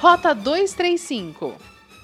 Rota 235.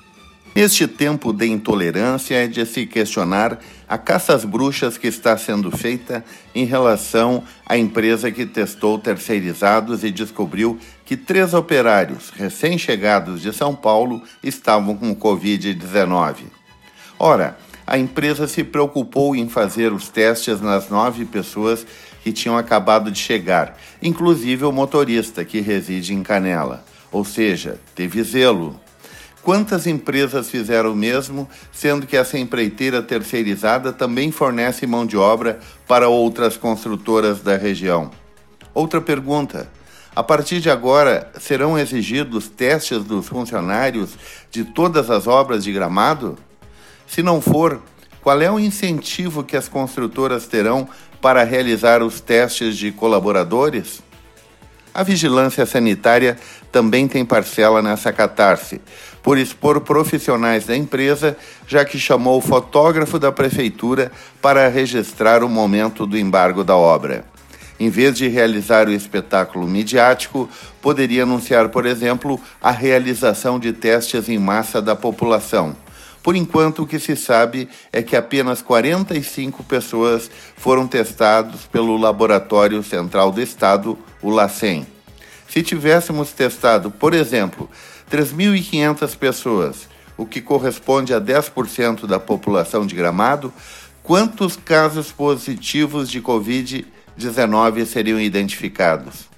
Neste tempo de intolerância é de se questionar a caça às bruxas que está sendo feita em relação à empresa que testou terceirizados e descobriu que 3 operários recém-chegados de São Paulo estavam com Covid-19. Ora, a empresa se preocupou em fazer os testes nas 9 pessoas que tinham acabado de chegar, inclusive o motorista que reside em Canela, ou seja, teve zelo. Quantas empresas fizeram o mesmo, sendo que essa empreiteira terceirizada também fornece mão de obra para outras construtoras da região? Outra pergunta: a partir de agora, serão exigidos testes dos funcionários de todas as obras de Gramado? Se não for, qual é o incentivo que as construtoras terão para realizar os testes de colaboradores? A vigilância sanitária também tem parcela nessa catarse, por expor profissionais da empresa, já que chamou o fotógrafo da prefeitura para registrar o momento do embargo da obra. Em vez de realizar o espetáculo midiático, poderia anunciar, por exemplo, a realização de testes em massa da população. Por enquanto, o que se sabe é que apenas 45 pessoas foram testadas pelo Laboratório Central do Estado, o LACEN. Se tivéssemos testado, por exemplo, 3.500 pessoas, o que corresponde a 10% da população de Gramado, quantos casos positivos de Covid-19 seriam identificados?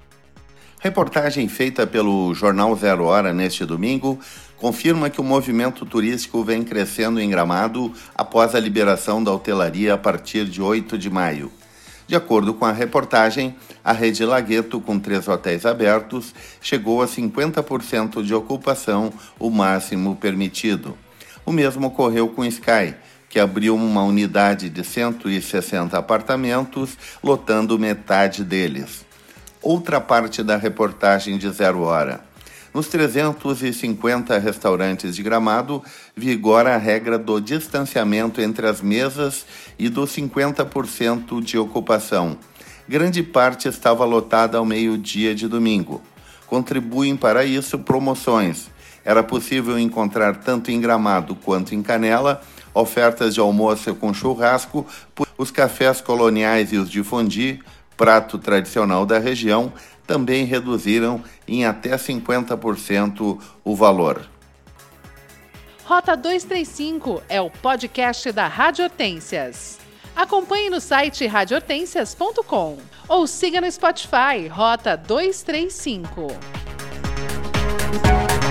Reportagem feita pelo Jornal 0 Hora neste domingo confirma que o movimento turístico vem crescendo em Gramado após a liberação da hotelaria a partir de 8 de maio. De acordo com a reportagem, a rede Lagueto, com 3 hotéis abertos, chegou a 50% de ocupação, o máximo permitido. O mesmo ocorreu com Sky, que abriu uma unidade de 160 apartamentos, lotando metade deles. Outra parte da reportagem de 0 Hora. Nos 350 restaurantes de Gramado, vigora a regra do distanciamento entre as mesas e dos 50% de ocupação. Grande parte estava lotada ao meio-dia de domingo. Contribuem para isso promoções. Era possível encontrar tanto em Gramado quanto em Canela ofertas de almoço com churrasco, os cafés coloniais e os de fondue, prato tradicional da região, também reduziram em até 50% o valor. Rota 235 é o podcast da Rádio Hortências. Acompanhe no site radiohortências.com ou siga no Spotify Rota 235.